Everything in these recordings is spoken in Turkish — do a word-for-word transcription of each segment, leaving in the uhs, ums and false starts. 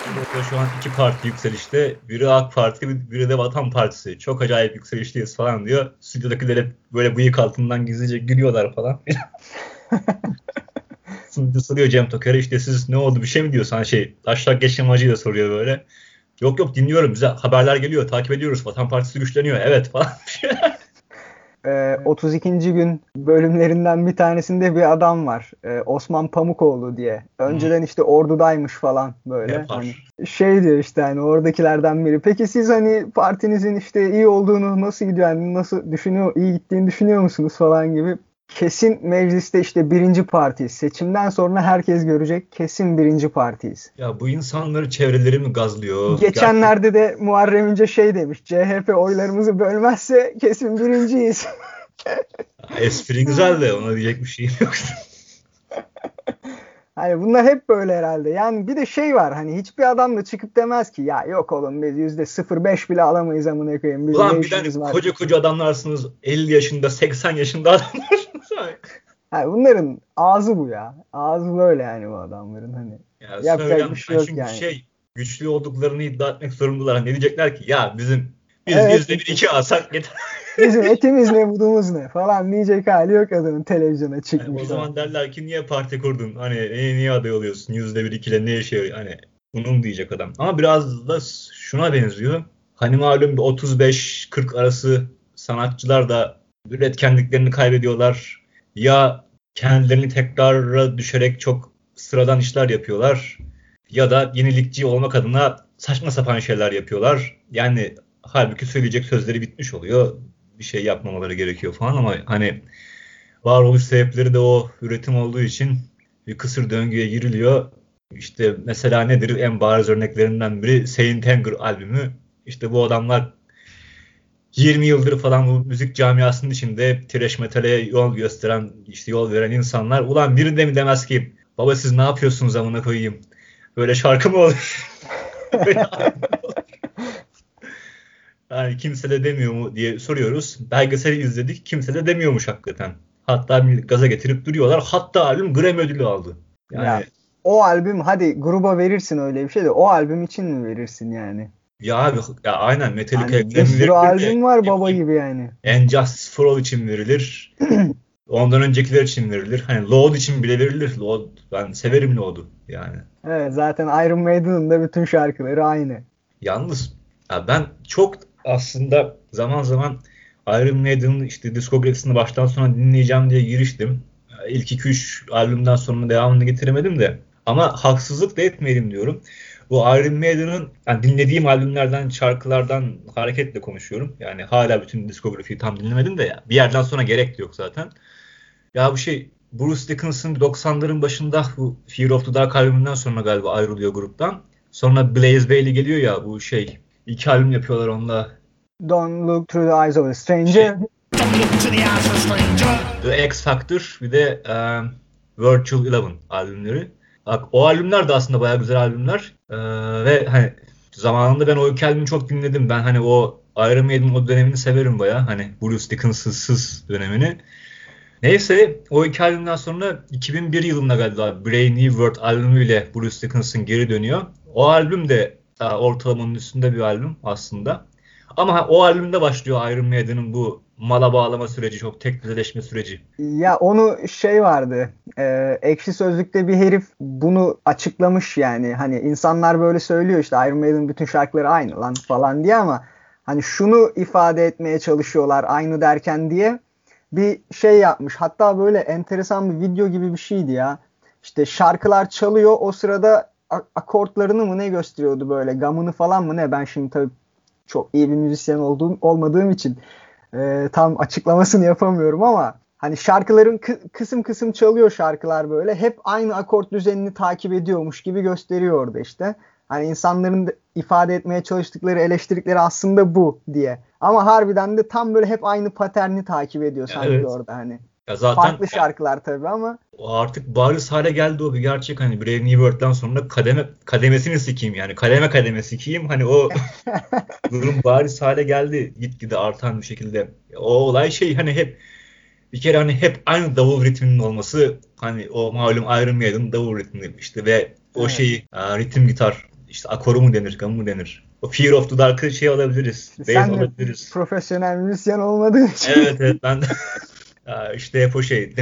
Burada şu an iki parti yükselişte. Biri AK Parti, biri de Vatan Partisi. Çok acayip yükselişteyiz falan diyor. Stüdyodakiler hep böyle bıyık altından gizlice gülüyorlar falan. Şimdi soruyor Cem Toker'e, işte siz ne oldu, bir şey mi diyorsun? Hani şey, Taşlak Geçim Hacı'yla soruyor böyle. Yok yok, dinliyorum, bize haberler geliyor, takip ediyoruz, Vatan Partisi güçleniyor, evet falan. Ee, otuz ikinci gün bölümlerinden bir tanesinde bir adam var. Ee, Osman Pamukoğlu diye. Önceden işte ordudaymış falan böyle. Yapar. Hani şey diyor işte, hani oradakilerden biri. Peki siz hani partinizin işte iyi olduğunu, nasıl gidiyor, yani nasıl düşünüyor, iyi gittiğini düşünüyor musunuz falan gibi. Kesin mecliste işte birinci partiyiz. Seçimden sonra herkes görecek, kesin birinci partiyiz. Ya bu insanları çevreleri mi gazlıyor? Geçenlerde de Muharrem İnce şey demiş. C H P oylarımızı bölmezse kesin birinciyiz. Espri güzel de ona diyecek bir şeyim yok. Hani bunlar hep böyle herhalde. Yani bir de şey var, hani hiçbir adam da çıkıp demez ki ya yok oğlum biz yüzde sıfır virgül beş bile alamayız amına koyayım. Bizim Ulan ne bir tane işimiz var? koca koca adamlarsınız, elli yaşında seksen yaşında adamlarsınız. Yani bunların ağzı bu ya. Ağzı böyle yani bu adamların, hani. Ya Yapacak bir söylem, şey yok çünkü yani. şey, güçlü olduklarını iddia etmek zorundalar. Ne diyecekler ki? Ya bizim biz Evet, yüzde bir iki alsak yeter. bizim etimiz ne budumuz ne falan diyecek hali yok adamın, televizyona Yani çıkmış. o zaman derler ki niye parti kurdun? Hani e, niye aday oluyorsun? Yüzde bir ikiyle ne işe yarıyor? Hani bunu mu diyecek adam? Ama biraz da şuna benziyor. Hani malum bir otuz beş kırk arası sanatçılar da üretkenliklerini kaybediyorlar. Ya kendilerini tekrara düşerek çok sıradan işler yapıyorlar. Ya da yenilikçi olmak adına saçma sapan şeyler yapıyorlar. Yani halbuki söyleyecek sözleri bitmiş oluyor. Bir şey yapmamaları gerekiyor falan, ama hani varoluş sebepleri de o üretim olduğu için bir kısır döngüye giriliyor. İşte mesela nedir? En bariz örneklerinden biri Saint Anger albümü. İşte bu adamlar yirmi yıldır falan bu müzik camiasının içinde thrash metale yol gösteren, işte yol veren insanlar. Ulan biri de mi demez ki baba siz ne yapıyorsunuz amına koyayım? Böyle şarkı mı olur? Böyle albüm mü olur? Yani kimse de demiyor mu diye soruyoruz. Belgeseli izledik. Kimse de demiyormuş hakikaten. Hatta gaza getirip duruyorlar. Hatta albüm Grammy ödülü aldı. Yani Ya o albüm, hadi gruba verirsin öyle bir şey de o albüm için mi verirsin yani? ya abi, ya aynen Metallica'ya Hani bir Grammy sürü verilir de albüm var ne baba bileyim, gibi yani. And Justice for All için verilir. Ondan öncekiler için verilir. Hani Load için bile verilir. Load, ben severim Load'u yani. Evet, zaten Iron Maiden'ın da bütün şarkıları aynı. Yalnız ya ben çok aslında zaman zaman Iron Maiden'ın işte diskografisini baştan sona dinleyeceğim diye giriştim. İlk iki üç albümden sonra devamını getiremedim de. Ama haksızlık da etmeyelim diyorum. Bu Iron Maiden'ın yani dinlediğim albümlerden, şarkılardan hareketle konuşuyorum. Yani hala bütün diskografiyi tam dinlemedim de ya. Bir yerden sonra gerek de yok zaten. Ya bu şey, Bruce Dickinson doksanların başında bu Fear of the Dark albümünden sonra galiba ayrılıyor gruptan. Sonra Blaze Bayley geliyor ya, bu şey, iki albüm yapıyorlar onunla. Don't Look Through the Eyes of a Şey, Stranger. The X Factor, bir de um, Virtual Eleven albümleri. Bak, o albümler de aslında bayağı güzel albümler. Ee, ve hani zamanında ben o iki albümü çok dinledim. Ben hani o Iron Maiden'in o dönemini severim bayağı. Hani Bruce Dickinson'sız dönemini. Neyse o iki albümden sonra iki bin bir yılında galiba Brave New World albümüyle Bruce Dickinson geri dönüyor. O albüm de daha ortalamanın üstünde bir albüm aslında. Ama o albümde başlıyor Iron Maiden'ın bu mala bağlama süreci, çok teknileşme süreci. Ya onu şey vardı. E, Ekşi Sözlük'te bir herif bunu açıklamış yani. Hani insanlar böyle söylüyor işte Iron Maiden'ın bütün şarkıları aynı lan falan diye, ama hani şunu ifade etmeye çalışıyorlar aynı derken diye bir şey yapmış. Hatta böyle enteresan bir video gibi bir şeydi ya. İşte şarkılar çalıyor, o sırada akortlarını mı ne gösteriyordu, böyle gamını falan mı ne, ben şimdi tabii çok iyi bir müzisyen olduğum olmadığım için e, tam açıklamasını yapamıyorum, ama hani şarkıların kı- kısım kısım çalıyor şarkılar, böyle hep aynı akort düzenini takip ediyormuş gibi gösteriyor orada işte. Hani insanların ifade etmeye çalıştıkları, eleştirdikleri aslında bu diye. Ama harbiden de tam böyle hep aynı paterni takip ediyor Ya sanki evet. orada hani. Ya zaten Farklı şarkılar tabii ama. o artık bariz hale geldi, o bir gerçek. Hani Brave New World'dan sonra kademe kademesini sikeyim, yani kademe kademe sikeyim. Hani o durum bariz hale geldi gitgide artan bir şekilde. O olay şey, hani hep bir kere hani hep aynı davul ritminin olması, hani o malum Iron Maiden davul ritmi işte, ve o Evet. şeyi ritim gitar işte akoru mu denir, gamı mı denir? O Fear of the Dark'ı şey alabiliriz. Sen de alabiliriz. profesyonel müzisyen olmadığın için. Evet evet ben de işte hep o şey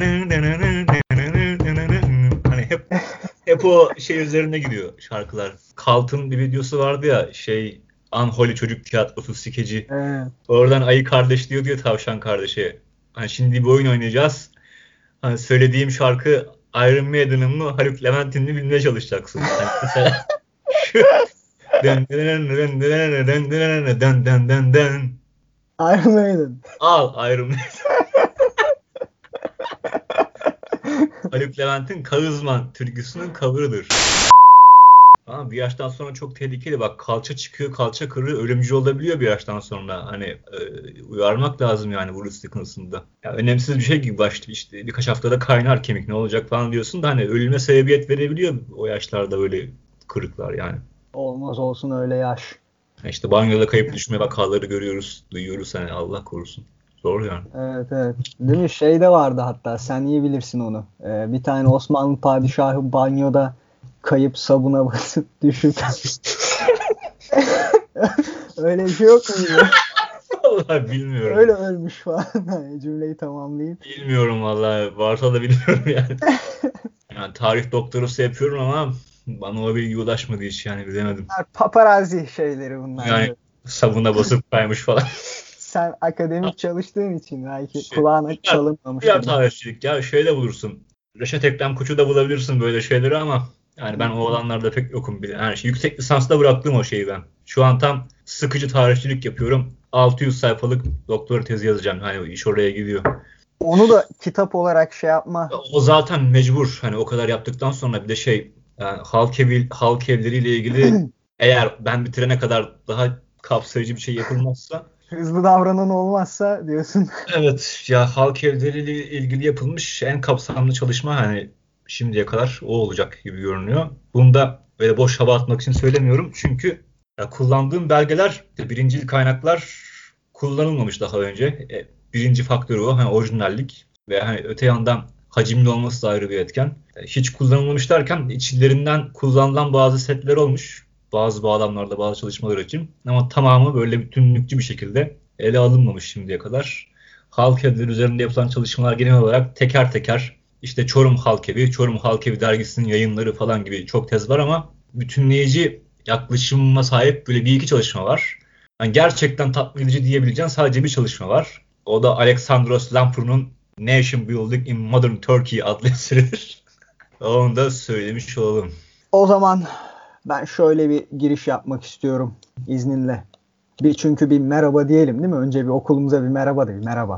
hani hep hep o şey üzerine gidiyor şarkılar. Cult'ın bir videosu vardı ya şey Unholy Çocuk Tiyatrosu skeci. Evet. Oradan ayı kardeş diyor diyor tavşan kardeşe. Hani şimdi bir oyun oynayacağız. Hani söylediğim şarkı Iron Maiden'ın mı Haluk Levent'in mi bilmeye çalışacaksın. Yani mesela şu dın dın dın dın dın dın dın dın dın dın. Iron Maiden. Al Iron Maiden. Haluk Levent'in Kağızman türküsünün cover'ıdır. Ama bir yaştan sonra çok tehlikeli. Bak kalça çıkıyor, kalça kırıyor, ölümcül olabiliyor bir yaştan sonra. Hani e, uyarmak lazım yani Bruce Dickinson'da. Ya, önemsiz bir şey gibi başta işte birkaç haftada kaynar kemik ne olacak falan diyorsun da hani ölüme sebebiyet verebiliyor o yaşlarda böyle kırıklar yani. Olmaz olsun öyle yaş. İşte banyoda kayıp düşme vakaları görüyoruz, duyuyoruz hani Allah korusun. Zor yani. Evet evet. Değil mi? Şey de vardı hatta. Sen iyi bilirsin onu. Ee, bir tane Osmanlı padişahı banyoda kayıp sabuna basıp düşüp öyle bir şey yok muydu? Vallahi bilmiyorum. Öyle ölmüş falan. Cümleyi tamamlayayım. Bilmiyorum vallahi. Varsa da bilmiyorum yani. Yani tarih doktorası yapıyorum ama bana o bilgi ulaşmadı hiç yani bilemedim. Paparazzi şeyleri bunlar. Yani sabuna basıp kaymış falan. Sen akademik çalıştığın için belki Şey, kulağına çalınmamış. Ya tarihçilik ya şeyde bulursun. Reşat Ekrem Koç'u da bulabilirsin böyle şeyleri ama yani ben o alanlarda pek yokum bile. Yani şey, yüksek lisansta bıraktım o şeyi ben. Şu an tam sıkıcı tarihçilik yapıyorum. altı yüz sayfalık doktora tezi yazacağım. Hani iş oraya gidiyor. Onu da kitap olarak şey yapma. O zaten mecbur. Hani o kadar yaptıktan sonra bir de şey yani halk evi halk evleriyle ilgili eğer ben bitirene kadar daha kapsayıcı bir şey yapılmazsa Hızlı davranan olmazsa diyorsun. evet ya halk evleriyle ilgili yapılmış en kapsamlı çalışma hani şimdiye kadar o olacak gibi görünüyor. Bunu da böyle boş hava atmak için söylemiyorum. Çünkü ya kullandığım belgeler birincil kaynaklar kullanılmamış daha önce. E, birinci faktörü o hani orijinallik ve hani öte yandan hacimli olması da ayrı bir etken. E, hiç kullanılmamış derken içlerinden kullanılan bazı setler olmuş. Bazı bağlamlarda bazı çalışmalar için. Ama tamamı böyle bütünlükçü bir şekilde ele alınmamış şimdiye kadar. Halk evleri üzerinde yapılan çalışmalar genel olarak teker teker işte Çorum Halk Evi, Çorum Halk Evi dergisinin yayınları falan gibi çok tez var ama bütünleyici yaklaşıma sahip böyle bir iki çalışma var. Yani gerçekten tatmin edici diyebileceğin sadece bir çalışma var. O da Alexandros Lampro'nun Nation Building in Modern Turkey adlı eseridir. Onu da söylemiş olalım. O zaman ben şöyle bir giriş yapmak istiyorum izninle. Bir çünkü bir merhaba diyelim değil mi? Önce bir okulumuza bir merhaba de bir merhaba.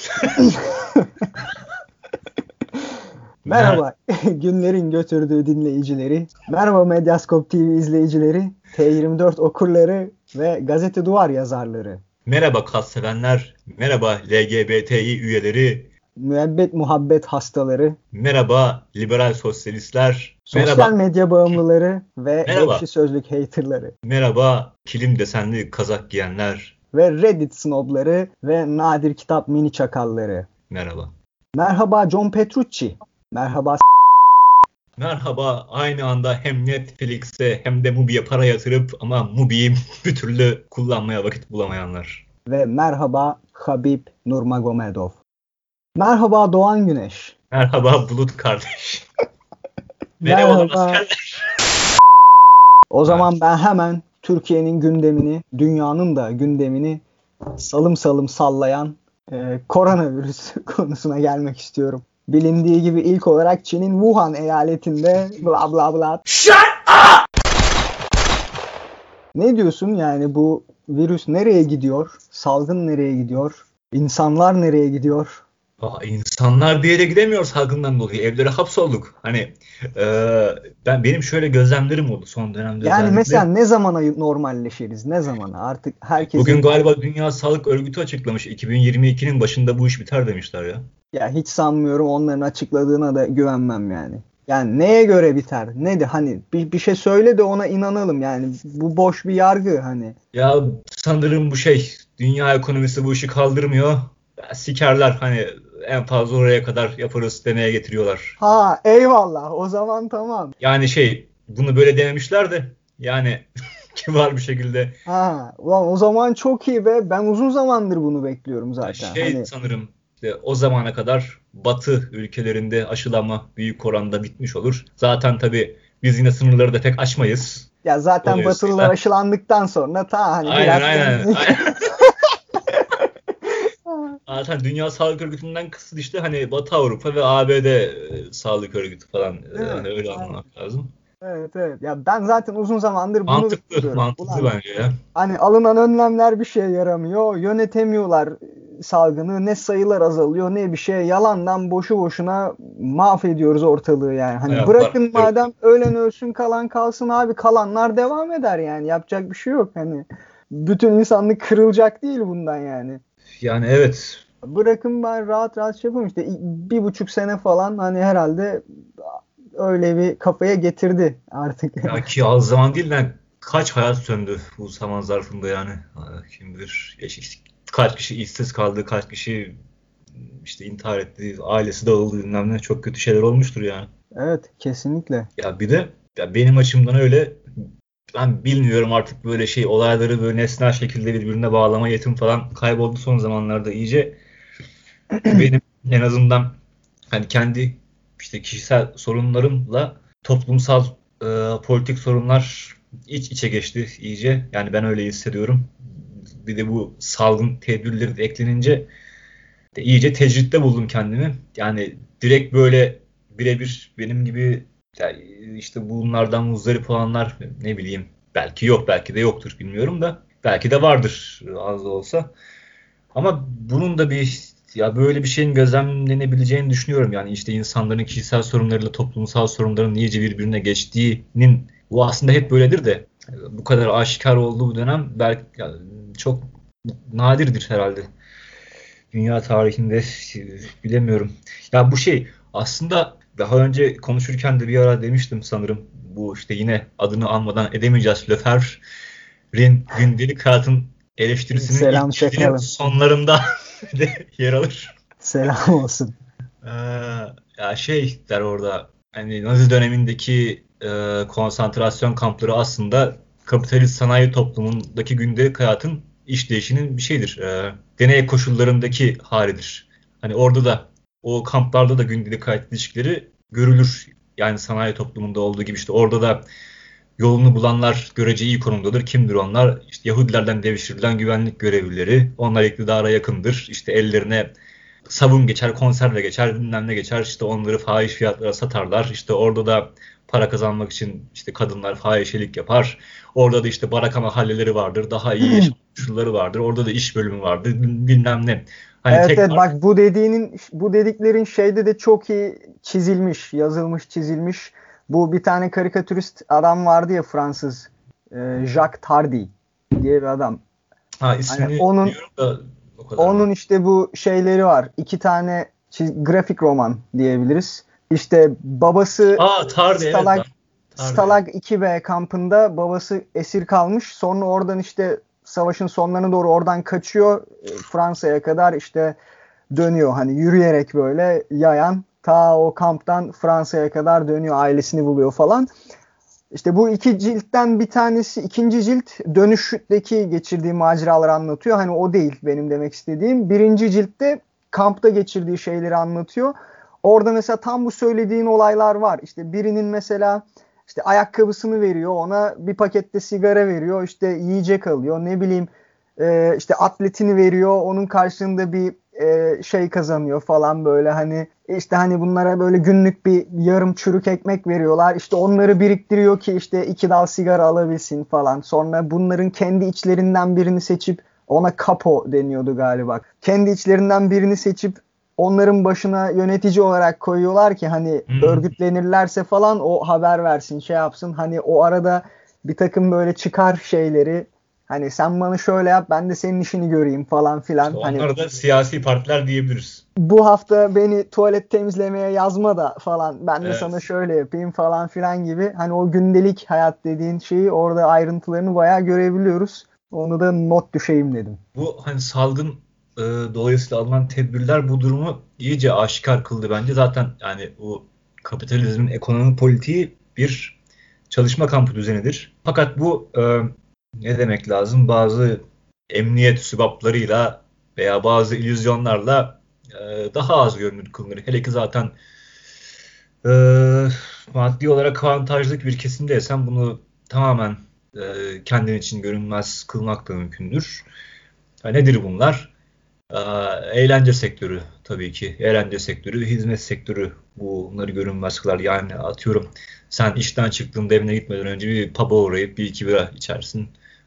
Merhaba günlerin götürdüğü dinleyicileri. Merhaba Medyaskop T V izleyicileri. T yirmi dört okurları ve Gazete Duvar yazarları. Merhaba kas sevenler. Merhaba L G B T İ üyeleri. Müebbet muhabbet hastaları. Merhaba liberal sosyalistler. Sosyal Merhaba medya bağımlıları ve Merhaba. ekşi sözlük haterları. Merhaba kilim desenli kazak giyenler. Ve Reddit snobları ve nadir kitap mini çakalları. Merhaba. Merhaba John Petrucci. Merhaba Merhaba aynı anda hem Netflix'e hem de Mubi'ye para yatırıp ama Mubi'yi bir türlü kullanmaya vakit bulamayanlar. ve merhaba Habib Nurmagomedov. Merhaba Doğan Güneş. Merhaba Bulut kardeş. Merhaba Merhaba. askerler. O zaman ben hemen Türkiye'nin gündemini, dünyanın da gündemini salım salım sallayan e, koronavirüs konusuna gelmek istiyorum. Bilindiği gibi ilk olarak Çin'in Wuhan eyaletinde bla bla bla. Shut up! Ne diyorsun yani bu virüs nereye gidiyor? Salgın nereye gidiyor? İnsanlar nereye gidiyor? Aa, insanlar bir yere gidemiyor salgından dolayı. Evlere hapsolduk. Hani e, ben benim şöyle gözlemlerim oldu son dönemde Yani özellikle. mesela ne zamana normalleşiriz? Ne zamana? Artık herkesin... Bugün galiba Dünya Sağlık Örgütü açıklamış. iki bin yirmi ikinin başında bu iş biter demişler ya. Ya hiç sanmıyorum, onların açıkladığına da güvenmem yani. Yani neye göre biter? Nedir? Hani bir, bir şey söyle de ona inanalım yani. Bu boş bir yargı hani. Ya sanırım bu şey dünya ekonomisi bu işi kaldırmıyor. Ya, sikerler hani en fazla oraya kadar yaparız demeye getiriyorlar. Ha eyvallah, o zaman tamam. Yani şey bunu böyle dememişler de Yani kibar bir şekilde. Ha, ulan o zaman çok iyi ve ben uzun zamandır bunu bekliyorum Ya zaten. şey Hani sanırım işte o zamana kadar Batı ülkelerinde aşılama büyük oranda bitmiş olur. Zaten tabii biz yine sınırları da pek aşmayız. ya zaten Batılılar Dolayısıyla aşılandıktan sonra ta hani aynen biraz aynen. temizlik. Zaten Dünya Sağlık Örgütü'nden kısıt işte hani Batı Avrupa ve A B D e, Sağlık Örgütü falan Değil e, mi? hani öyle Aynen. anlamak lazım. Evet evet. Ya ben zaten uzun zamandır bunu Mantıklı, bekliyorum. mantıklı Ulan bence ya. hani alınan önlemler bir şeye yaramıyor. Yönetemiyorlar salgını. Ne sayılar azalıyor ne bir şey. Yalandan boşu boşuna mahvediyoruz ortalığı yani. Hani Hayatlar bırakın evet. madem ölen ölsün kalan kalsın abi. Kalanlar devam eder yani. Yapacak bir şey yok. Hani bütün insanlık kırılacak değil bundan yani. Yani evet. Bırakın ben rahat rahat şey yapayım işte bir buçuk sene falan hani herhalde öyle bir kafaya getirdi artık. Ya ki az zaman değil lan kaç hayat söndü bu zaman zarfında yani. Ha, kim bilir. Ya işte kaç kişi işsiz kaldı, kaç kişi işte intihar etti, ailesi dağıldı bilmem ne çok kötü şeyler olmuştur yani. Evet kesinlikle. Ya bir de ya benim açımdan öyle ben bilmiyorum artık böyle şey olayları böyle nesnel şekilde birbirine bağlama yetim falan kayboldu son zamanlarda iyice. Benim en azından hani kendi işte kişisel sorunlarımla toplumsal e, politik sorunlar iç içe geçti iyice. Yani ben öyle hissediyorum. Bir de bu salgın tedbirleri de eklenince de iyice tecritte buldum kendimi. Yani direkt böyle birebir benim gibi yani işte bunlardan muzdarip olanlar ne bileyim belki yok belki de yoktur bilmiyorum da belki de vardır az da olsa. Ama bunun da bir ya böyle bir şeyin gözlemlenebileceğini düşünüyorum. Yani işte insanların kişisel sorunlarıyla toplumsal sorunların iyice birbirine geçtiğinin bu aslında hep böyledir de bu kadar aşikar olduğu bu dönem belki ya, çok nadirdir herhalde. Dünya tarihinde bilemiyorum. Ya bu şey aslında daha önce konuşurken de bir ara demiştim sanırım. Bu işte yine adını anmadan edemeyeceğiz. Lefebvre'in gündelik hayatın eleştirisinin ilk Selam cildinin çakalım. sonlarında de yer alır. Selam olsun. Ee, ya şey der orada hani Nazi dönemindeki e, konsantrasyon kampları aslında kapitalist sanayi toplumundaki gündelik hayatın işleyişinin bir şeydir. E, deney koşullarındaki halidir. Hani orada da o kamplarda da gündelik hayat ilişkileri görülür. Yani sanayi toplumunda olduğu gibi işte orada da yolunu bulanlar görece iyi konumdadır. Kimdir onlar? İşte Yahudilerden devşirilen güvenlik görevlileri. Onlar iktidara yakındır. İşte ellerine sabun geçer, konserve geçer, bilmem ne geçer. İşte onları fahiş fiyatlara satarlar. İşte orada da para kazanmak için işte kadınlar fahişelik yapar. Orada da işte baraka mahalleleri vardır. Daha iyi yaşam koşulları vardır. Orada da iş bölümü vardır. Bilmem ne. Hani Evet evet tekrar bak bu dediğinin bu dediklerin şeyde de çok iyi çizilmiş, yazılmış, çizilmiş. Bu bir tane karikatürist adam vardı ya Fransız. e, Jacques Tardy diye bir adam. ha Hani ismini onun biliyorum da o kadar mı? onun işte bu şeyleri var. İki tane çiz- grafik roman diyebiliriz. İşte babası Aa Tardy evet Stalag lan. Tardy evet. Stalag iki B kampında babası esir kalmış. Sonra oradan işte savaşın sonlarına doğru oradan kaçıyor. E, Fransa'ya kadar işte dönüyor. Hani yürüyerek böyle yayan ta o kamptan Fransa'ya kadar dönüyor. Ailesini buluyor falan. İşte bu iki ciltten bir tanesi ikinci cilt dönüşteki geçirdiği maceraları anlatıyor. Hani o değil benim demek istediğim. Birinci ciltte kampta geçirdiği şeyleri anlatıyor. Orada mesela tam bu söylediğin olaylar var. İşte birinin mesela işte ayakkabısını veriyor, ona bir pakette sigara veriyor, işte yiyecek alıyor, ne bileyim e, işte atletini veriyor, onun karşılığında bir e, şey kazanıyor falan böyle hani işte hani bunlara böyle günlük bir yarım çürük ekmek veriyorlar. İşte onları biriktiriyor ki işte iki dal sigara alabilsin falan. Sonra bunların kendi içlerinden birini seçip ona kapo deniyordu galiba. Kendi içlerinden birini seçip onların başına yönetici olarak koyuyorlar ki hani Hmm. örgütlenirlerse falan o haber versin, şey yapsın. Hani o arada bir takım böyle çıkar şeyleri hani sen bana şöyle yap ben de senin işini göreyim falan İşte filan. Hani onlar da siyasi partiler diyebiliriz. bu hafta beni tuvalet temizlemeye yazma da falan ben de sana Evet. şöyle yapayım falan filan gibi hani o gündelik hayat dediğin şeyi orada ayrıntılarını bayağı görebiliyoruz. Onu da not düşeyim dedim. Bu hani salgın e, dolayısıyla alınan tedbirler bu durumu iyice aşikar kıldı bence. Zaten yani bu kapitalizmin ekonomi politiği bir çalışma kampı düzenidir. Fakat bu e, ne demek lazım? Bazı emniyet sübaplarıyla veya bazı illüzyonlarla e, daha az görünür kılınır. Hele ki zaten e, maddi olarak avantajlı bir kesimdeysen bunu tamamen e, kendin için görünmez kılmak da mümkündür. Ha, nedir bunlar? E, eğlence sektörü tabii ki. Eğlence sektörü, hizmet sektörü bunları görünmez kılar. Yani atıyorum sen işten çıktığında evine gitmeden önce bir pub'a uğrayıp bir iki bira içersin.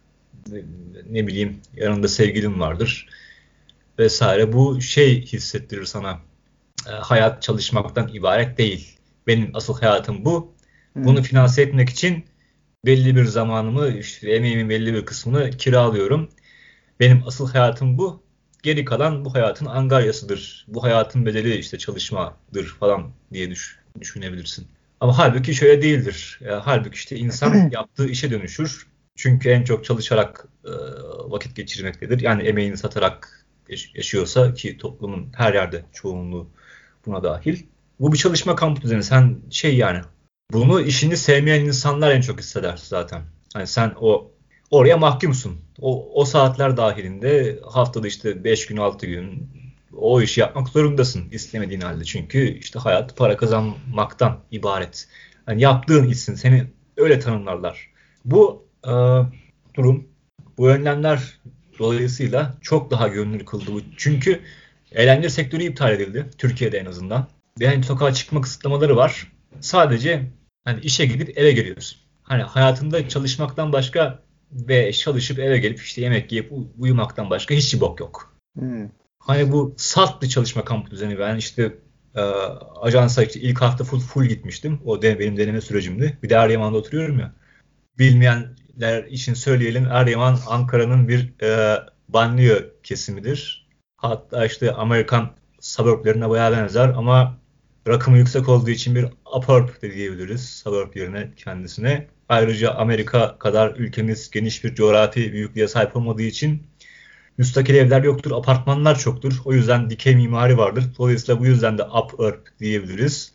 Ne bileyim yanında sevgilin vardır vesaire. Bu şey hissettirir sana. E, hayat çalışmaktan ibaret değil. Benim asıl hayatım bu. Bunu finanse etmek için belli bir zamanımı, işte emeğimin belli bir kısmını kiralıyorum. Benim asıl hayatım bu. Geri kalan bu hayatın angaryasıdır. Bu hayatın bedeli işte çalışmadır falan diye düş, düşünebilirsin. Ama halbuki şöyle değildir. E, halbuki işte insan yaptığı işe dönüşür. Çünkü en çok çalışarak e, vakit geçirmektedir. Yani emeğini satarak yaşıyorsa ki toplumun her yerde çoğunluğu buna dahil. Bu bir çalışma kampı düzeni. Sen şey yani bunu işini sevmeyen insanlar en çok hisseder zaten. Hani sen o oraya mahkumsun. O, o saatler dahilinde haftada işte beş gün altı gün o işi yapmak zorundasın istemediğin halde. Çünkü işte hayat para kazanmaktan ibaret. Yani yaptığın işsin seni öyle tanımlarlar. Bu e, durum, bu önlemler dolayısıyla çok daha görünür kıldı. Çünkü eğlence sektörü iptal edildi. Türkiye'de en azından. Yani sokağa çıkma kısıtlamaları var. Sadece hani işe gidip eve geliyorsun. Hani hayatında çalışmaktan başka ve çalışıp eve gelip işte yemek yiyip uyumaktan başka hiçbir bok yok. Hmm. Hani bu salt bir çalışma kampı düzeni. Ben işte e, ajansa işte ilk hafta full, full gitmiştim. O de, benim deneme sürecimdi. Bir de Eryaman'da oturuyorum ya. Bilmeyenler için söyleyelim. Eryaman Ankara'nın bir e, banliyö kesimidir. Hatta işte Amerikan suburblerine bayağı benzer ama rakımı yüksek olduğu için bir upurb de diyebiliriz suburb yerine kendisine. Ayrıca Amerika kadar ülkemiz geniş bir coğrafi büyüklüğe sahip olmadığı için müstakil evler yoktur, apartmanlar çoktur. O yüzden dikey mimari vardır. Dolayısıyla bu yüzden de upurb diyebiliriz.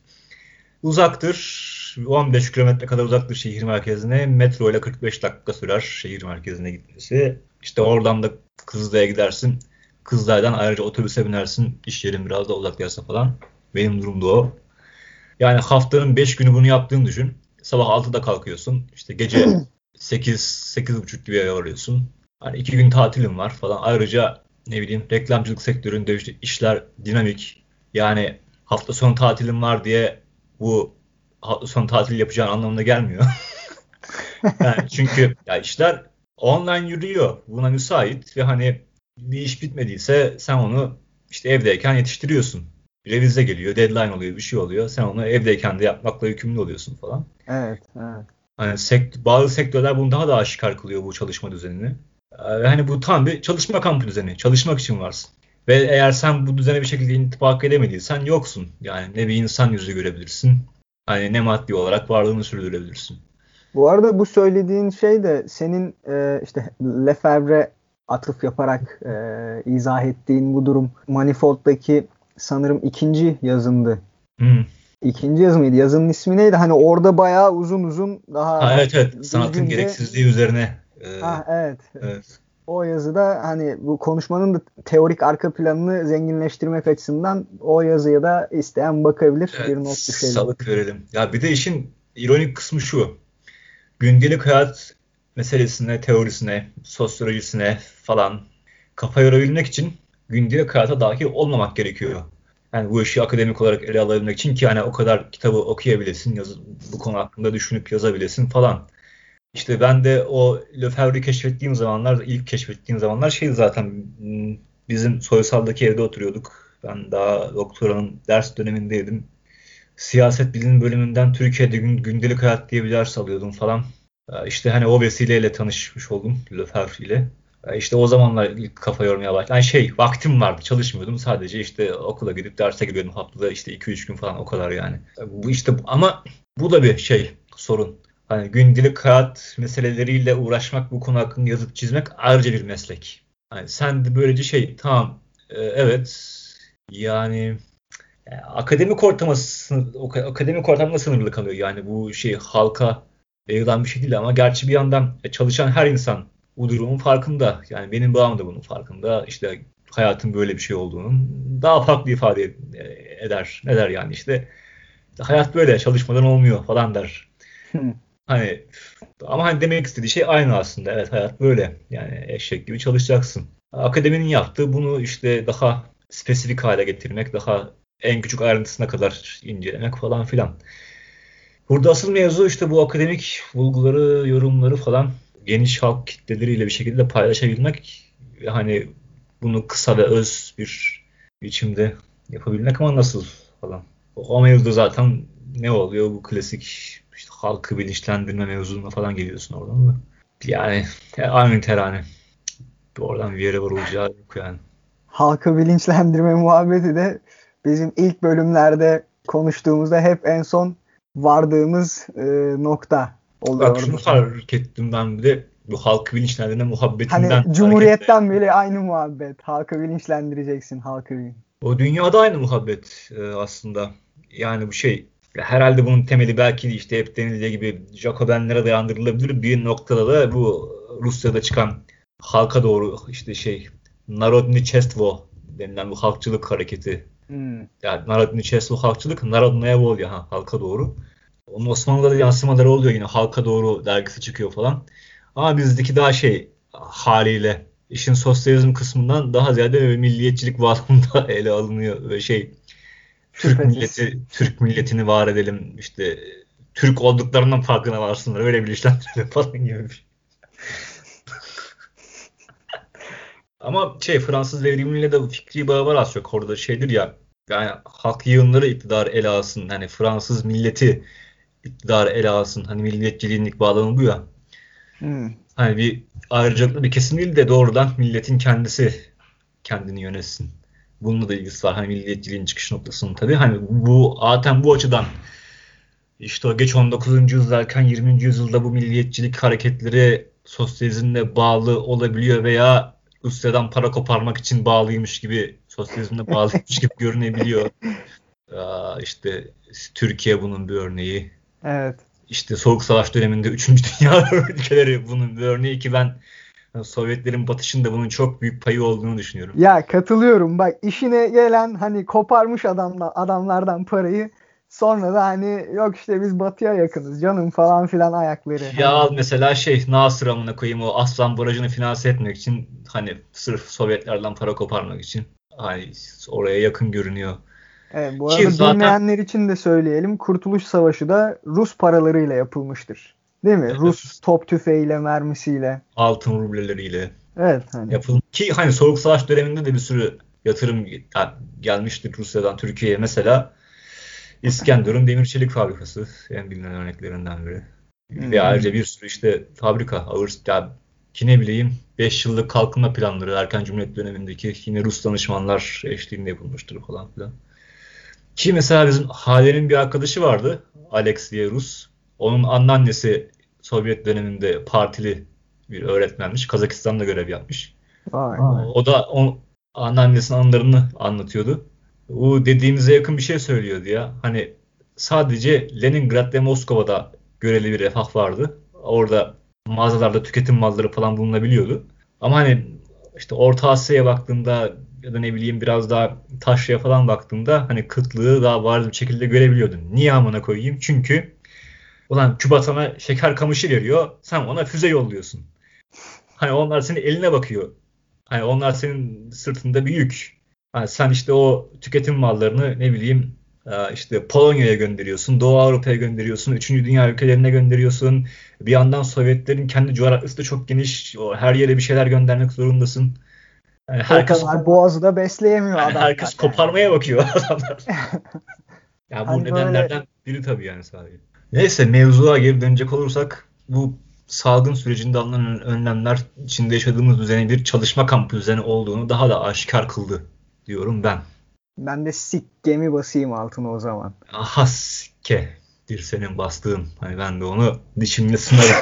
Uzaktır. on beş kilometre kadar uzaktır şehir merkezine. Metro ile kırk beş dakika sürer şehir merkezine gitmesi. İşte oradan da Kızılay'a gidersin. Kızılay'dan ayrıca otobüse binersin. İş yerin biraz da uzaklarsa falan. Benim durumda o. Yani haftanın beş günü bunu yaptığını düşün. Sabah altıda kalkıyorsun. İşte gece sekiz sekiz buçuk gibi eve varıyorsun. Hani iki gün tatilim var falan. Ayrıca ne bileyim reklamcılık sektöründe işte işler dinamik. Yani hafta sonu tatilim var diye bu hafta sonu tatil yapacağın anlamına gelmiyor. Yani çünkü ya işler online yürüyor. Buna müsait ve hani bir iş bitmediyse sen onu işte evdeyken yetiştiriyorsun. Revize geliyor, deadline oluyor, bir şey oluyor. Sen onu evdeyken de yapmakla yükümlü oluyorsun falan. Evet, evet. Hani sekt- bazı sektörler bunu daha da aşikar kılıyor bu çalışma düzenini. Ve hani bu tam bir çalışma kampı düzeni. Çalışmak için varsın. Ve eğer sen bu düzene bir şekilde intibak edemediysen yoksun. Yani ne bir insan yüzü görebilirsin. Hani ne maddi olarak varlığını sürdürebilirsin. Bu arada bu söylediğin şey de senin e, işte Lefebvre atıf yaparak e, izah ettiğin bu durum Manifold'daki sanırım ikinci yazımdı. Hmm. İkinci yazı mıydı? Yazının ismi neydi? Hani orada bayağı uzun uzun daha... Ha, evet evet. Sanatın düzgünce... gereksizliği üzerine. E... Ha, evet. evet. O yazıda hani bu konuşmanın da teorik arka planını zenginleştirmek açısından o yazıya da isteyen bakabilir. Evet, bir not düşelim. Salık verelim. Ya bir de işin ironik kısmı şu. Gündelik hayat meselesine, teorisine, sosyolojisine falan kafa yorabilmek için gündelik hayata dahil olmamak gerekiyor. Yani bu işi akademik olarak ele alabilmek için ki hani o kadar kitabı okuyabilesin, yazı, bu konu hakkında düşünüp yazabilesin falan. İşte ben de o Lefebvre'yi keşfettiğim zamanlar, ilk keşfettiğim zamanlar şeydi zaten bizim Soysal'daki evde oturuyorduk. Ben daha doktoranın ders dönemindeydim. Siyaset bilimi bölümünden Türkiye'de gündelik hayat diye bir ders alıyordum falan. İşte hani o vesileyle tanışmış oldum Lefebvre ile. İşte o zamanlar ilk kafa yormaya başladım. Yani şey vaktim vardı çalışmıyordum sadece işte okula gidip derse giriyordum haftada işte iki üç gün falan o kadar yani. Bu işte ama bu da bir şey sorun. Hani gündelik hayat meseleleriyle uğraşmak bu konu hakkında yazıp çizmek ayrıca bir meslek. Yani sen de böylece şey tamam e, evet yani e, akademik ortamı akademik ortamda sınırlı kalıyor yani bu şey halka yayılan bir şey değil ama gerçi bir yandan çalışan her insan bu durumun farkında. Yani benim babam da bunun farkında. İşte hayatın böyle bir şey olduğunun daha farklı ifade eder. Ne der yani işte hayat böyle çalışmadan olmuyor falan der. Hani ama hani demek istediği şey aynı aslında. Evet hayat böyle. Yani eşek gibi çalışacaksın. Akademinin yaptığı bunu işte daha spesifik hale getirmek, daha en küçük ayrıntısına kadar incelemek falan filan. Burada asıl mevzu işte bu akademik bulguları, yorumları falan geniş halk kitleleriyle bir şekilde paylaşabilmek. Hani bunu kısa ve öz bir biçimde yapabilmek ama nasıl falan. O mevzuda zaten ne oluyor bu klasik işte halkı bilinçlendirme mevzuna falan geliyorsun oradan da. Yani aynı terane. Oradan bir yere varılacağı yok yani. Halkı bilinçlendirme muhabbeti de bizim ilk bölümlerde konuştuğumuzda hep en son vardığımız e, nokta Bak oluyordu. şunu fark ettim ben bir de bu halkı bilinçlendirme Hani muhabbetinden hareketle. Cumhuriyet'ten beri aynı muhabbet. Halkı bilinçlendireceksin, halkı bilinç. O dünyada aynı muhabbet e, aslında. Yani bu şey herhalde bunun temeli belki de işte hep denildiği gibi Jacobenlere dayandırılabilir. Bir noktada da bu Rusya'da çıkan halka doğru işte şey Narodny Chestvo denilen bu halkçılık hareketi. Hmm. Yani Narodny Chestvo halkçılık, Narodnaya Volya ha, halka doğru. Onun Osmanlı'da da yansımaları oluyor yine halka doğru dergisi çıkıyor falan. Ama bizdeki daha şey haliyle işin sosyalizm kısmından daha ziyade böyle milliyetçilik bağlamında ele alınıyor. Böyle şey Türk Şüphesiz. milleti, Türk milletini var edelim işte Türk olduklarından farkına varsınlar öyle bilinçlendirelim falan gibi bir şey. Ama şey Fransız devrimiyle de fikri bağı var az çok orada şeydir ya yani halk yığınları iktidarı ele alsın. Hani Fransız milleti iktidarı ele alsın. Hani milliyetçiliğin ilk bağlamı bu ya. Hmm. Hani bir ayrıcalıklı bir kesim değil de doğrudan milletin kendisi kendini yönetsin. Bununla da ilgisi var. Hani milliyetçiliğin çıkış noktasının tabii. Hani bu zaten bu açıdan işte o geç on dokuzuncu yüzyıldan yirminci yüzyılda bu milliyetçilik hareketleri sosyalizmle bağlı olabiliyor veya Rusya'dan para koparmak için bağlıymış gibi sosyalizmle bağlıymış gibi görünebiliyor. Aa, işte Türkiye bunun bir örneği. Evet. İşte Soğuk Savaş döneminde üçüncü Dünya ülkeleri bunun bir örneği ki ben Sovyetlerin batışında bunun çok büyük payı olduğunu düşünüyorum. Ya katılıyorum. Bak işine gelen hani koparmış adamla, adamlardan parayı sonra da hani yok işte biz batıya yakınız canım falan filan ayakları. Ya Hani al mesela şey Nasır amına koyayım o Aslan Barajı'nı finanse etmek için hani sırf Sovyetlerden para koparmak için hani oraya yakın görünüyor. evet, bu Ki arada zaten bilmeyenler için de söyleyelim. Kurtuluş Savaşı da Rus paralarıyla yapılmıştır. Değil mi? Rus top tüfeğiyle, mermisiyle. altın rubleleriyle Evet hani. yapılmış. Ki hani Soğuk Savaş döneminde de bir sürü yatırım gel- gelmiştir Rusya'dan Türkiye'ye. Mesela İskenderun Demir Çelik Fabrikası en bilinen örneklerinden biri. Ve Hmm. ayrıca bir sürü işte fabrika, ağır, ya, ki ne bileyim beş yıllık kalkınma planları erken Cumhuriyet dönemindeki yine Rus danışmanlar eşliğinde yapılmıştır falan filan. Ki mesela bizim Hale'nin bir arkadaşı vardı. Alex diye Rus. Onun anneannesi Sovyet döneminde partili bir öğretmenmiş. Kazakistan'da görev yapmış. Vay. O, o da o, anneannesinin anılarını anlatıyordu. O dediğimize yakın bir şey söylüyordu ya. Hani sadece Leningrad ve Moskova'da göreli bir refah vardı. Orada mağazalarda tüketim malları falan bulunabiliyordu. Ama hani işte Orta Asya'ya baktığında ya da ne bileyim biraz daha taşraya falan baktığında hani kıtlığı daha bariz bir şekilde görebiliyordun. Niye amına koyayım? Çünkü ulan Küba sana şeker kamışı veriyor. Sen ona füze yolluyorsun. Hani onlar senin eline bakıyor. Hani onlar senin sırtında bir yük. Hani sen işte o tüketim mallarını ne bileyim e, işte Polonya'ya gönderiyorsun, Doğu Avrupa'ya gönderiyorsun, üçüncü dünya ülkelerine gönderiyorsun. Bir yandan Sovyetlerin kendi coğrafyası da çok geniş. O, her yere bir şeyler göndermek zorundasın. Yani O herkes kadar boğazı da besleyemiyor yani adamlar herkes yani. koparmaya bakıyor adamlar. Ya bu Hani böyle nedenlerden biri tabii yani sadece. Neyse mevzuya geri dönecek olursak bu salgın sürecinde alınan önlemler içinde yaşadığımız düzenin bir çalışma kampı düzeni olduğunu daha da aşikar kıldı diyorum ben. ben de sik gemi basayım altına o zaman. Aha sikke bir senin bastığın. Hani ben de onu dişimle sınarım.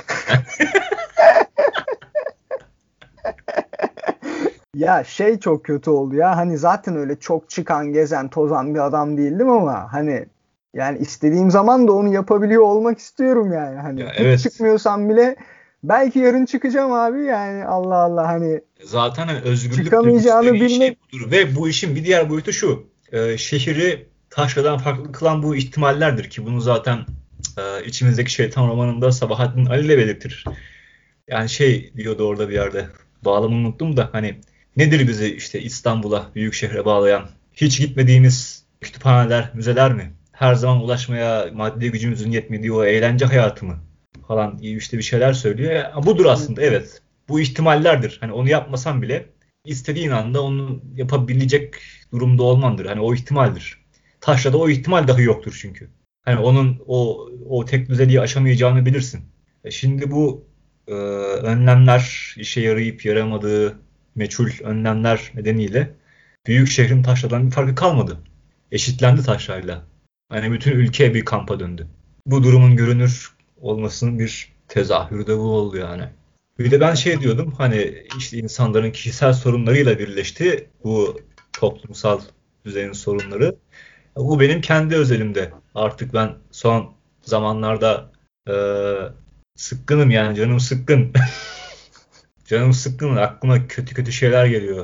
Ya şey çok kötü oldu ya. Hani zaten öyle çok çıkan, gezen, tozan bir adam değildim ama hani Yani istediğim zaman da onu yapabiliyor olmak istiyorum yani. Hani Ya hiç evet. çıkmıyorsam bile belki yarın çıkacağım abi yani Allah Allah hani Zaten hani özgürlük duygusu çıkamayacağını dediğin şey bilmek. budur. Ve bu işin bir diğer boyutu şu. Ee, şehri taşradan farklı kılan bu ihtimallerdir ki bunu zaten e, içimizdeki şeytan romanında Sabahattin Ali ile belirtir. Yani şey diyordu orada bir yerde. Bağlamını unuttum da hani nedir bizi işte İstanbul'a, büyük şehre bağlayan? Hiç gitmediğimiz kütüphaneler, müzeler mi? Her zaman ulaşmaya maddi gücümüzün yetmediği o eğlence hayatı mı? Falan iyi işte bir şeyler söylüyor. Ya, budur aslında evet. Bu ihtimallerdir. Hani onu yapmasan bile istediğin anda onu yapabilecek durumda olmandır. Hani o ihtimaldir. Taşrada o ihtimal dahi yoktur çünkü. Hani onun o o tek düzeliği aşamayacağını bilirsin. E şimdi bu e, önlemler işe yarayıp yaramadığı meçhul önlemler nedeniyle büyük şehrin taşradan bir farkı kalmadı. Eşitlendi taşrayla. Hani bütün ülke bir kampa döndü. Bu durumun görünür olmasının bir tezahürü de bu oldu yani. Bir de ben şey diyordum hani işte insanların kişisel sorunlarıyla birleşti bu toplumsal düzeyin sorunları. Bu benim kendi özelimde. Artık ben son zamanlarda e, sıkkınım yani canım sıkkın. Canım sıkkın aklıma kötü kötü şeyler geliyor.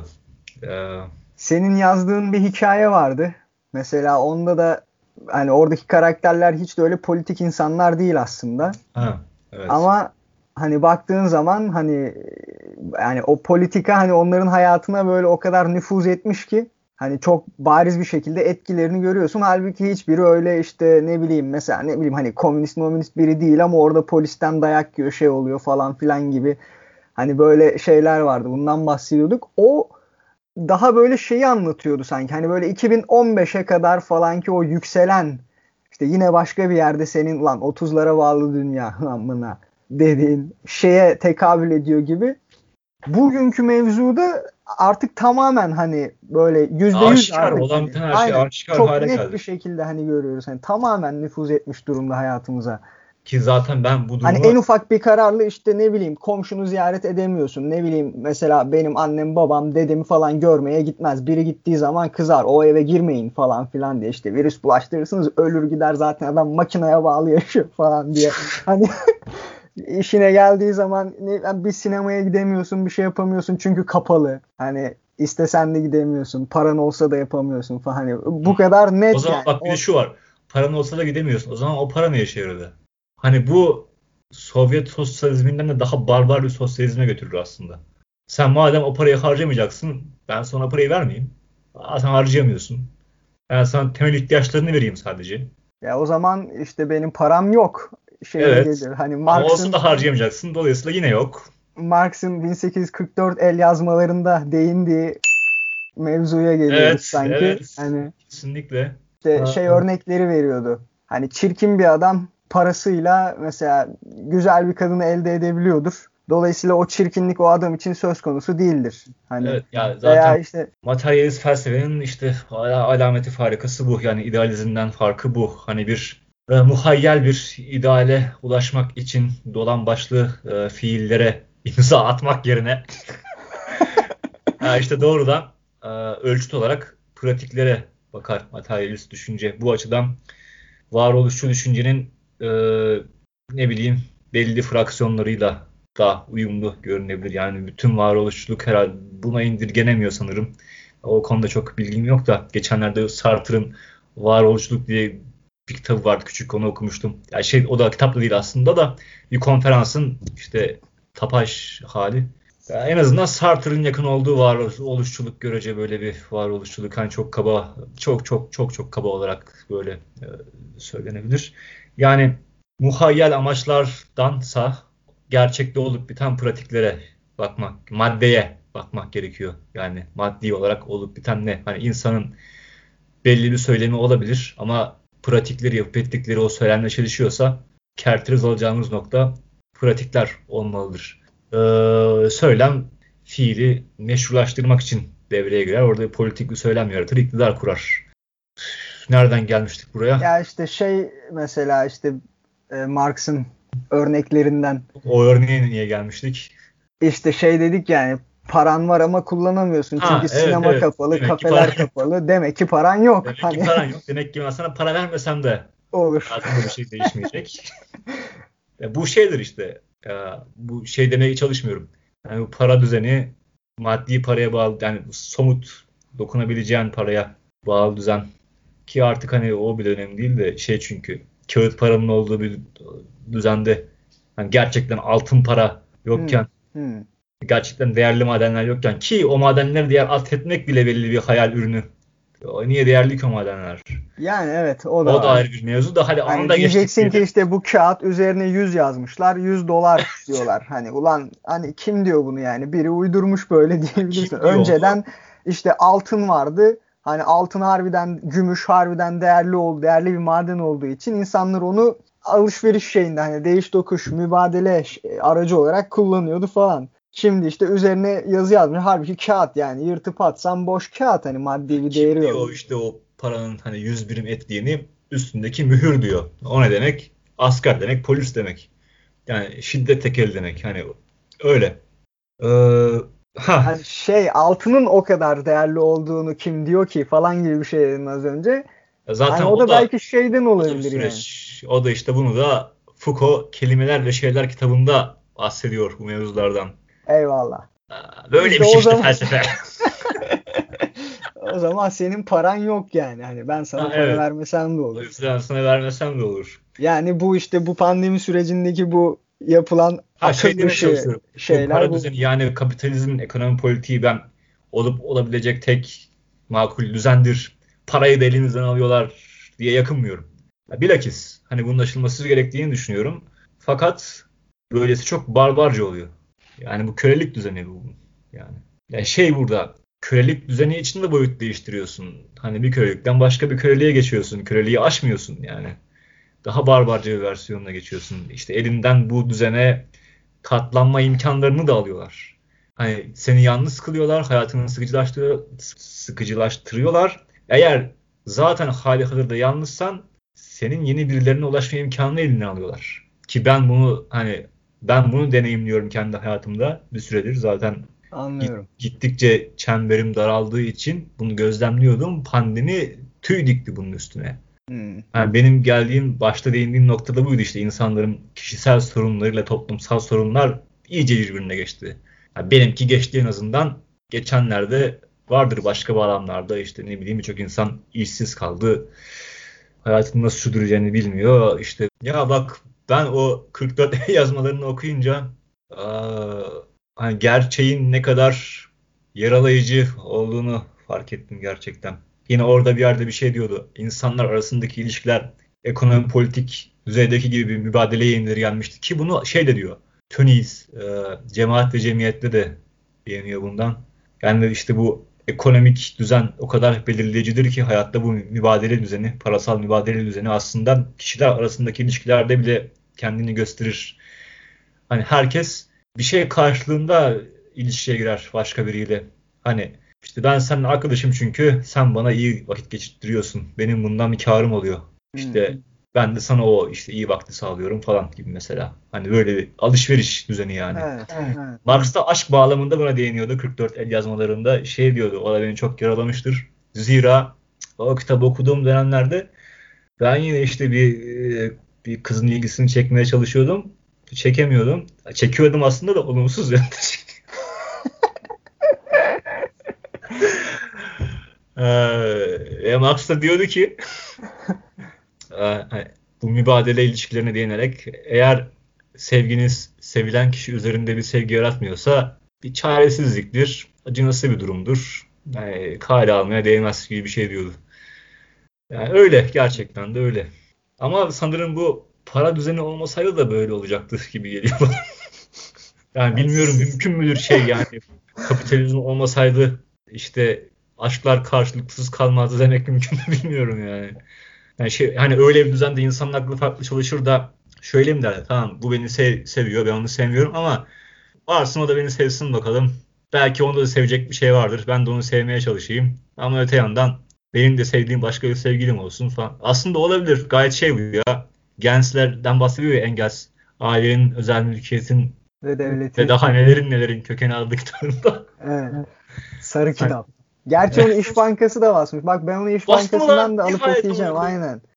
E, Senin yazdığın bir hikaye vardı. Mesela onda da hani oradaki karakterler hiç de öyle politik insanlar değil aslında. ha, evet. Ama hani baktığın zaman hani yani o politika hani onların hayatına böyle o kadar nüfuz etmiş ki hani çok bariz bir şekilde etkilerini görüyorsun. Halbuki hiçbiri öyle işte ne bileyim mesela ne bileyim hani komünist komünist biri değil ama orada polisten dayak yiyor şey oluyor falan filan gibi. Hani böyle şeyler vardı. Bundan bahsediyorduk. O daha böyle şeyi anlatıyordu sanki. Hani böyle iki bin on beşe kadar falan ki o yükselen işte yine başka bir yerde senin lan otuzlara bağlı dünya amına dediğin şeye tekabül ediyor gibi. Bugünkü mevzuda artık tamamen hani böyle yüzde yüz Aşikar artık olan hani bütün her şey aynen aşikar çok hale net bir geldi. şekilde hani görüyoruz. Hani tamamen nüfuz etmiş durumda hayatımıza. Ki zaten ben bu Hani en durumu ufak bir kararla işte ne bileyim komşunu ziyaret edemiyorsun. Ne bileyim mesela benim annem babam dedemi falan görmeye gitmez. Biri gittiği zaman kızar o eve girmeyin falan filan diye işte virüs bulaştırırsınız ölür gider zaten adam makineye bağlı yaşıyor falan diye. Hani işine geldiği zaman ne, bir sinemaya gidemiyorsun bir şey yapamıyorsun çünkü kapalı. Hani istesen de gidemiyorsun paran olsa da yapamıyorsun falan. Hani bu kadar o net zaman yani. bak bir de O, şu var. Paran olsa da gidemiyorsun. O zaman o para ne işe yaradı? Hani bu Sovyet sosyalizminden de daha barbar bir sosyalizme götürür aslında. Sen madem o parayı harcamayacaksın, ben sana parayı vermeyeyim. Aa, sen harcayamıyorsun. Ben sana temel ihtiyaçlarını vereyim sadece. ya o zaman işte benim param yok şeyine Evet. gelir. Hani Ama olsa Marx'ın da harcayamayacaksın. Dolayısıyla yine yok. Marx'ın bin sekiz yüz kırk dört el yazmalarında değindiği mevzuya geliyoruz Evet, sanki. evet. Hani Kesinlikle. işte Aa, şey örnekleri veriyordu. Hani çirkin bir adam parasıyla mesela güzel bir kadını elde edebiliyordur. Dolayısıyla o çirkinlik o adam için söz konusu değildir. Hani evet ya veya zaten işte materyalist felsefenin işte ala- alameti farikası bu. Yani idealizmden farkı bu. Hani bir e, muhayyel bir ideale ulaşmak için dolan başlı e, fiillere imza atmak yerine e, işte doğrudan e, ölçüt olarak pratiklere bakar materyalist düşünce. Bu açıdan varoluşçu düşüncenin e, ne bileyim belli fraksiyonlarıyla da uyumlu görünebilir. Yani bütün varoluşçuluk herhalde buna indirgenemiyor sanırım. O konuda çok bilgim yok da geçenlerde Sartre'ın Varoluşçuluk diye bir kitabı vardı. Küçük onu okumuştum. Yani şey o da kitap da değil aslında da bir konferansın işte tapaş hali. Ya en azından Sartre'ın yakın olduğu varoluşçuluk görece böyle bir varoluşçuluk hani çok kaba çok çok çok çok kaba olarak böyle e, söylenebilir. Yani muhayyel amaçlardansa gerçekte olup biten pratiklere bakmak, maddeye bakmak gerekiyor. Yani maddi olarak olup biten ne? Hani insanın belli bir söylemi olabilir ama pratikleri yapıp ettikleri o söylemle çelişiyorsa kerteriz alacağımız nokta pratikler olmalıdır. Ee, söylem fiili meşrulaştırmak için devreye girer. Orada bir politik bir söylem yaratır, iktidar kurar. Nereden gelmiştik buraya? ya işte şey mesela işte e, Marx'ın örneklerinden O örneğe niye gelmiştik? işte şey dedik yani paran var ama kullanamıyorsun. Ha Çünkü evet sinema evet. kapalı, Demek ki para kafeler kapalı. Demek ki paran yok. demek ki Hani paran yok. Demek ki ben sana para vermesem de Olur. Hayatında bir şey değişmeyecek. Ya bu şeydir işte. Ya bu şey demeye çalışmıyorum. Yani bu para düzeni maddi paraya bağlı, yani somut dokunabileceğin paraya bağlı düzen, ki artık hani o bir dönem değil de şey, çünkü kağıt paranın olduğu bir düzende, hani gerçekten altın para yokken, Hmm, hmm. gerçekten değerli madenler yokken, ki o madenleri diğer atfetmek bile belli bir hayal ürünü. O niye değerli ki o madenler? Yani evet, o da O da var. ayrı bir mevzu da, hadi onu Hani da geçtik diyeceksin ki diyelim. işte bu kağıt üzerine yüz yazmışlar, yüz dolar diyorlar. Hani ulan, hani kim diyor bunu yani? Biri uydurmuş böyle diyebilirsin. Kim diyor onu? Önceden işte altın vardı. Hani altın harbiden, gümüş harbiden değerli oldu, değerli bir maden olduğu için insanlar onu alışveriş şeyinde, hani değiş tokuş, mübadele aracı olarak kullanıyordu falan. Şimdi işte üzerine yazı yazmış. Halbuki kağıt, yani yırtıp atsan boş kağıt, hani maddi bir Kim değeri yok. diyor işte o paranın hani yüz birim ettiğini, üstündeki mühür diyor. O ne demek? Asker demek, polis demek. Yani şiddet tekeli demek. Hani öyle. Ee, ha Hani şey, altının o kadar değerli olduğunu kim diyor ki falan gibi bir şey dedin az önce. Hani zaten o o da da belki şeyden o da bir olabilir yani. süreç. O da işte, bunu da Foucault Kelimeler ve Şeyler kitabında bahsediyor bu mevzulardan. Eyvallah. Aa, böyle İşte bir şey o işte zaman felsefe. o zaman senin paran yok yani. Hani ben sana Ha, para evet. vermesem de O olur. yüzden sana vermesem de olur. Yani bu işte bu pandemi sürecindeki bu yapılan Ha, şey akıl demeye dışı çalışıyorum. Bu şeyler para bu. düzeni, yani kapitalizmin ekonomi politiği ben olup olabilecek tek makul düzendir, parayı da elimizden alıyorlar diye yakınmıyorum. Ya bilakis hani bunun aşılması gerektiğini düşünüyorum. Fakat böylesi çok barbarca oluyor. Yani bu kölelik düzeni bu. Yani. Yani şey, burada kölelik düzeni içinde boyut değiştiriyorsun. Hani bir kölelikten başka bir köleliğe geçiyorsun. Köleliği aşmıyorsun yani. Daha barbarca bir versiyonuna geçiyorsun. İşte elinden bu düzene katlanma imkanlarını da alıyorlar. Hani seni yalnız kılıyorlar, hayatını sıkıcılaştırıyor, sıkıcılaştırıyorlar. Eğer zaten hali hazırda yalnızsan, senin yeni birilerine ulaşma imkanını elinden alıyorlar. Ki ben bunu hani ben bunu deneyimliyorum kendi hayatımda bir süredir. Zaten Anlıyorum. gittikçe çemberim daraldığı için bunu gözlemliyordum. Pandemi tüy dikti bunun üstüne. Hmm. Yani benim geldiğim, başta değindiğim noktada buydu işte, insanların kişisel sorunlarıyla toplumsal sorunlar iyice birbirine geçti. Yani benimki geçti en azından. Geçenlerde vardır başka bağlamlarda, işte ne bileyim, birçok insan işsiz kaldı. Hayatını nasıl sürdüreceğini bilmiyor. İşte ya bak, ben o kırk dört yazmalarını okuyunca aa, hani gerçeğin ne kadar yaralayıcı olduğunu fark ettim gerçekten. Yine orada bir yerde bir şey diyordu. İnsanlar arasındaki ilişkiler ekonomi politik düzeydeki gibi bir mübadeleye indirgenmişti. Ki bunu şey de diyor. Tönnies, e, Cemaat ve Cemiyet'te de değiniyor bundan. Yani işte bu ekonomik düzen o kadar belirleyicidir ki hayatta, bu mübadele düzeni, parasal mübadele düzeni aslında kişiler arasındaki ilişkilerde bile kendini gösterir. Hani herkes bir şey karşılığında ilişkiye girer başka biriyle. Hani işte ben seninle arkadaşım çünkü sen bana iyi vakit geçirtiyorsun. Benim bundan bir karım oluyor. Hmm. İşte ben de sana o işte iyi vakti sağlıyorum falan gibi mesela. Hani böyle bir alışveriş düzeni yani. Evet, evet. Marx da aşk bağlamında buna değiniyordu kırk dört el yazmalarında. Şey diyordu, o da beni çok yaralamıştır. Zira o kitabı okuduğum dönemlerde ben yine işte bir bir kızın ilgisini çekmeye çalışıyordum. Çekemiyordum. Çekiyordum aslında da olumsuz yönde. Ee, Marx da diyordu ki e, bu mübadele ilişkilerine değinerek, eğer sevginiz sevilen kişi üzerinde bir sevgi yaratmıyorsa bir çaresizliktir, acınası bir durumdur. Yani kale almaya değmez gibi bir şey diyordu. Yani öyle, gerçekten de öyle. Ama sanırım bu para düzeni olmasaydı da böyle olacaktı gibi geliyor bana. Yani Yani bilmiyorum, s- mümkün müdür şey, yani kapitalizm olmasaydı işte aşklar karşılıksız kalmazdı demek mümkün mü bilmiyorum yani. Yani şey, hani öyle bir düzende insanın aklı farklı çalışır da şöyle mi derler? Tamam, bu beni sev- seviyor, ben onu sevmiyorum ama varsın o da beni sevsin bakalım. Belki onda da sevecek bir şey vardır. Ben de onu sevmeye çalışayım. Ama öte yandan benim de sevdiğim başka bir sevgilim olsun falan. Aslında olabilir. Gayet şey bu ya. Genslerden bahsediyor ya, Engels. Ailenin, özel mülkiyetin ve ve devletin. daha nelerin nelerin kökeni adlı kitabında. Evet. Sarı Hani, kitap. Gerçi onu İş Bankası da basmış. Bak ben onu İş bastı mı lan? Bankası'ndan da alıp Nihayet onu okuyacağım. okudum. Aynen.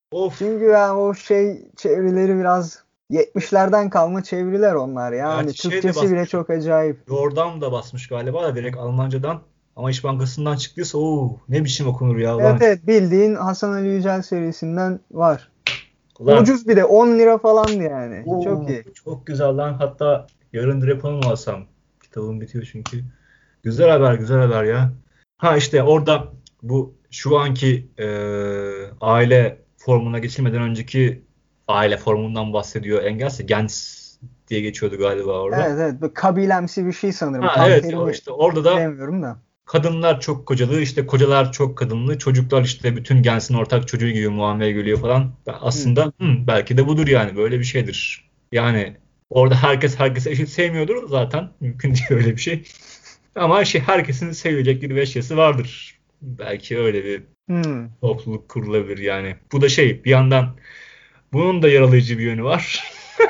Of. Çünkü yani o şey çevirileri biraz yetmişlerden kalma çeviriler onlar ya. Hani Gerçi şey de Türkçesi bile basmış. çok acayip. Yordam da basmış galiba da direkt Almancadan. Ama İş Bankası'ndan çıktıysa ooo ne biçim okunur ya Evet ulan. evet, bildiğin Hasan Ali Yücel serisinden var. Ulan Ucuz bir de on lira falandı yani. Çok oo, iyi. çok güzel lan. Hatta yarın direkt onu mu alsam? Kitabım bitiyor çünkü. Güzel haber, güzel haber ya. Ha işte orada bu şu anki e, aile formuna geçilmeden önceki aile formundan bahsediyor Engels. Gens diye geçiyordu galiba orada. Evet evet, bu kabilemsi bir şey sanırım. Ha Tam evet o terimi işte orada da bilemiyorum da. kadınlar çok kocalı, işte kocalar çok kadınlı, çocuklar işte bütün gensin ortak çocuğu gibi muamele görüyor falan. Ben Hı. aslında hı, belki de budur yani böyle bir şeydir. Yani orada herkes herkese eşit sevmiyordur zaten. Mümkün değil öyle bir şey. Ama şey herkesin sevilecek bir veçesi vardır. Belki öyle bir Hı. topluluk kurulabilir yani. Bu da şey bir yandan bunun da yaralayıcı bir yönü var.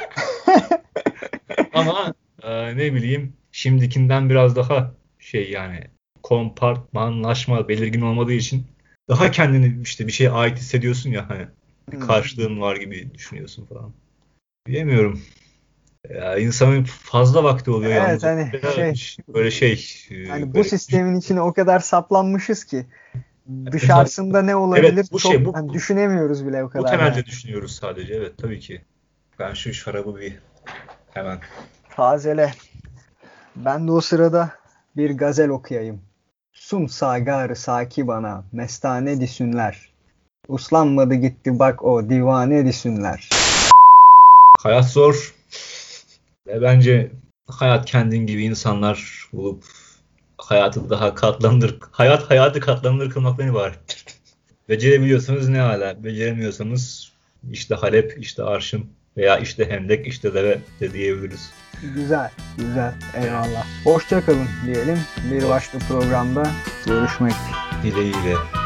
Ama e, ne bileyim şimdikinden biraz daha şey yani kompartmanlaşma belirgin olmadığı için daha kendini işte bir şeye ait hissediyorsun ya hani bir Hı. karşılığın var gibi düşünüyorsun falan. Bilemiyorum. Ya insanın fazla vakti oluyor Evet yalnız. hani şey, Böyle şey e, hani bu böyle sistemin içine o kadar saplanmışız ki mesela dışarısında ne olabilir evet bu çok şey bu hani düşünemiyoruz bile o bu kadar yani. temelde düşünüyoruz sadece. Evet tabii ki. Ben şu şarabı bir hemen. Tazele. Ben de o sırada bir gazel okuyayım. Sun sagar saki bana mestane disünler. Uslanmadı gitti bak o divane disünler. Hayat zor ve bence hayat kendin gibi insanlar bulup hayatı daha katlanılır, hayat hayatı katlanılır kılmaktan ibaret. Becerebiliyorsanız ne hala, beceremiyorsanız işte Halep, işte Arşın veya işte Hendek, işte Deve de diyebiliriz. Güzel, güzel. Eyvallah. Hoşça kalın diyelim. Bir Hoş başka programda görüşmek dileğiyle.